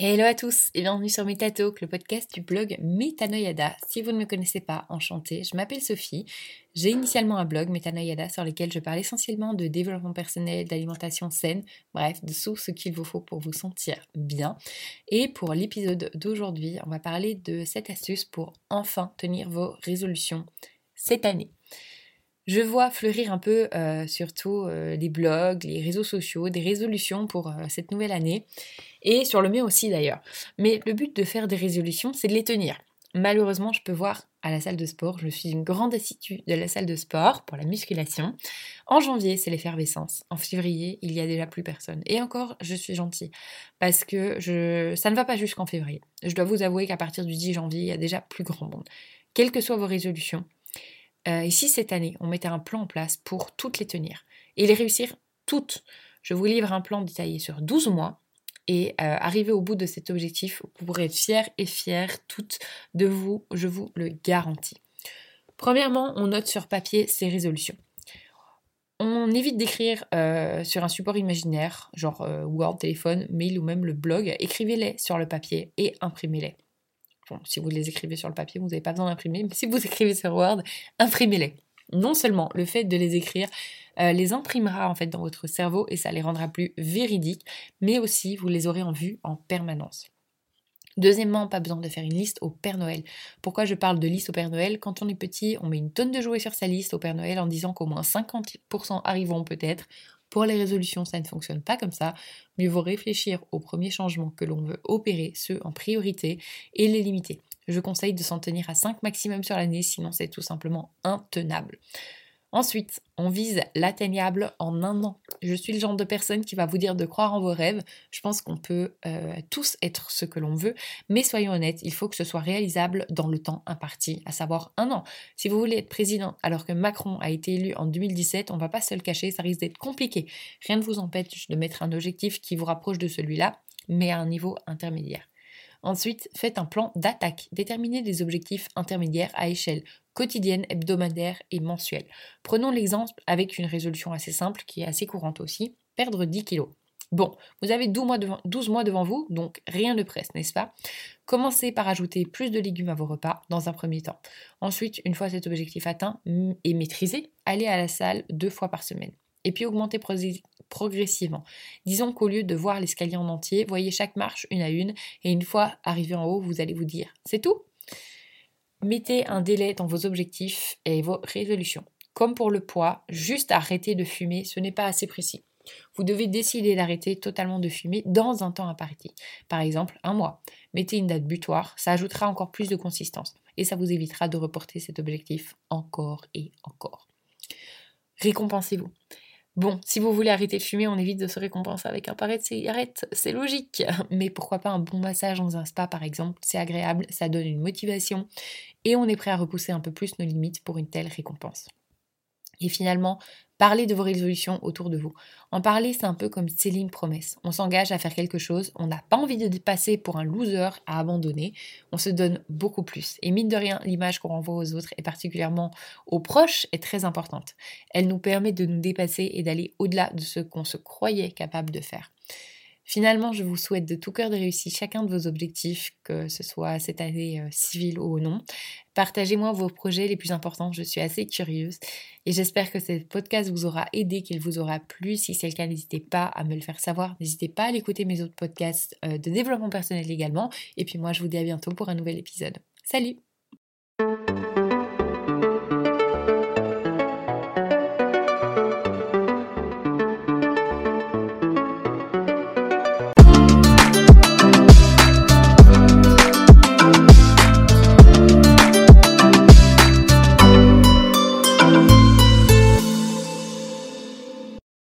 Hello à tous et bienvenue sur MetaTalk, le podcast du blog Metanoïada. Si vous ne me connaissez pas, enchantée, je m'appelle Sophie. J'ai initialement un blog Metanoïada sur lequel je parle essentiellement de développement personnel, d'alimentation saine, bref, de tout ce qu'il vous faut pour vous sentir bien. Et pour l'épisode d'aujourd'hui, on va parler de cette astuce pour enfin tenir vos résolutions cette année. Je vois fleurir un peu surtout les blogs, les réseaux sociaux, des résolutions pour cette nouvelle année. Et sur le mien aussi d'ailleurs. Mais le but de faire des résolutions, c'est de les tenir. Malheureusement, je peux voir à la salle de sport, je suis une grande assidue de la salle de sport pour la musculation. En janvier, c'est l'effervescence. En février, il y a déjà plus personne. Et encore, je suis gentille parce que ça ne va pas jusqu'en février. Je dois vous avouer qu'à partir du 10 janvier, il y a déjà plus grand monde. Quelles que soient vos résolutions, et si cette année, on mettait un plan en place pour toutes les tenir et les réussir toutes, je vous livre un plan détaillé sur 12 mois. Et arriver au bout de cet objectif, vous pourrez être fiers et fières toutes de vous, je vous le garantis. Premièrement, on note sur papier ses résolutions. On évite d'écrire sur un support imaginaire, genre Word, téléphone, mail ou même le blog. Écrivez-les sur le papier et imprimez-les. Bon, si vous les écrivez sur le papier, vous n'avez pas besoin d'imprimer, mais si vous écrivez sur Word, imprimez-les. Non seulement le fait de les écrire les imprimera en fait dans votre cerveau et ça les rendra plus véridiques, mais aussi vous les aurez en vue en permanence. Deuxièmement, pas besoin de faire une liste au Père Noël. Pourquoi je parle de liste au Père Noël ? Quand on est petit, on met une tonne de jouets sur sa liste au Père Noël en disant qu'au moins 50% arriveront peut-être. Pour les résolutions, ça ne fonctionne pas comme ça. Mieux vaut réfléchir aux premiers changements que l'on veut opérer, ceux en priorité, et les limiter. Je conseille de s'en tenir à 5 maximum sur l'année, sinon c'est tout simplement intenable. Ensuite, on vise l'atteignable en 1 an. Je suis le genre de personne qui va vous dire de croire en vos rêves. Je pense qu'on peut tous être ce que l'on veut, mais soyons honnêtes, il faut que ce soit réalisable dans le temps imparti, à savoir 1 an. Si vous voulez être président alors que Macron a été élu en 2017, on ne va pas se le cacher, ça risque d'être compliqué. Rien ne vous empêche de mettre un objectif qui vous rapproche de celui-là, mais à un niveau intermédiaire. Ensuite, faites un plan d'attaque. Déterminez des objectifs intermédiaires à échelle quotidienne, hebdomadaire et mensuelle. Prenons l'exemple avec une résolution assez simple qui est assez courante aussi, perdre 10 kilos. Bon, vous avez 12 mois devant vous, donc rien ne presse, n'est-ce pas ? Commencez par ajouter plus de légumes à vos repas dans un premier temps. Ensuite, une fois cet objectif atteint et maîtrisé, allez à la salle 2 fois par semaine. Et puis augmentez progressivement. Disons qu'au lieu de voir l'escalier en entier, voyez chaque marche une à une, et une fois arrivé en haut, vous allez vous dire « c'est tout ?» Mettez un délai dans vos objectifs et vos résolutions. Comme pour le poids, juste arrêter de fumer, ce n'est pas assez précis. Vous devez décider d'arrêter totalement de fumer dans un temps imparti. Par exemple, 1 mois. Mettez une date butoir, ça ajoutera encore plus de consistance. Et ça vous évitera de reporter cet objectif encore et encore. Récompensez-vous. Bon, si vous voulez arrêter de fumer, on évite de se récompenser avec un paquet de cigarettes, c'est logique. Mais pourquoi pas un bon massage dans un spa par exemple, c'est agréable, ça donne une motivation et on est prêt à repousser un peu plus nos limites pour une telle récompense. Et finalement, parlez de vos résolutions autour de vous. En parler, c'est un peu comme sceller une promesse. On s'engage à faire quelque chose, on n'a pas envie de passer pour un loser à abandonner, on se donne beaucoup plus. Et mine de rien, l'image qu'on renvoie aux autres, et particulièrement aux proches, est très importante. Elle nous permet de nous dépasser et d'aller au-delà de ce qu'on se croyait capable de faire. Finalement, je vous souhaite de tout cœur de réussir chacun de vos objectifs, que ce soit cette année civile ou non. Partagez-moi vos projets les plus importants, je suis assez curieuse. Et j'espère que ce podcast vous aura aidé, qu'il vous aura plu. Si c'est le cas, n'hésitez pas à me le faire savoir. N'hésitez pas à aller écouter mes autres podcasts de développement personnel également. Et puis moi, je vous dis à bientôt pour un nouvel épisode. Salut!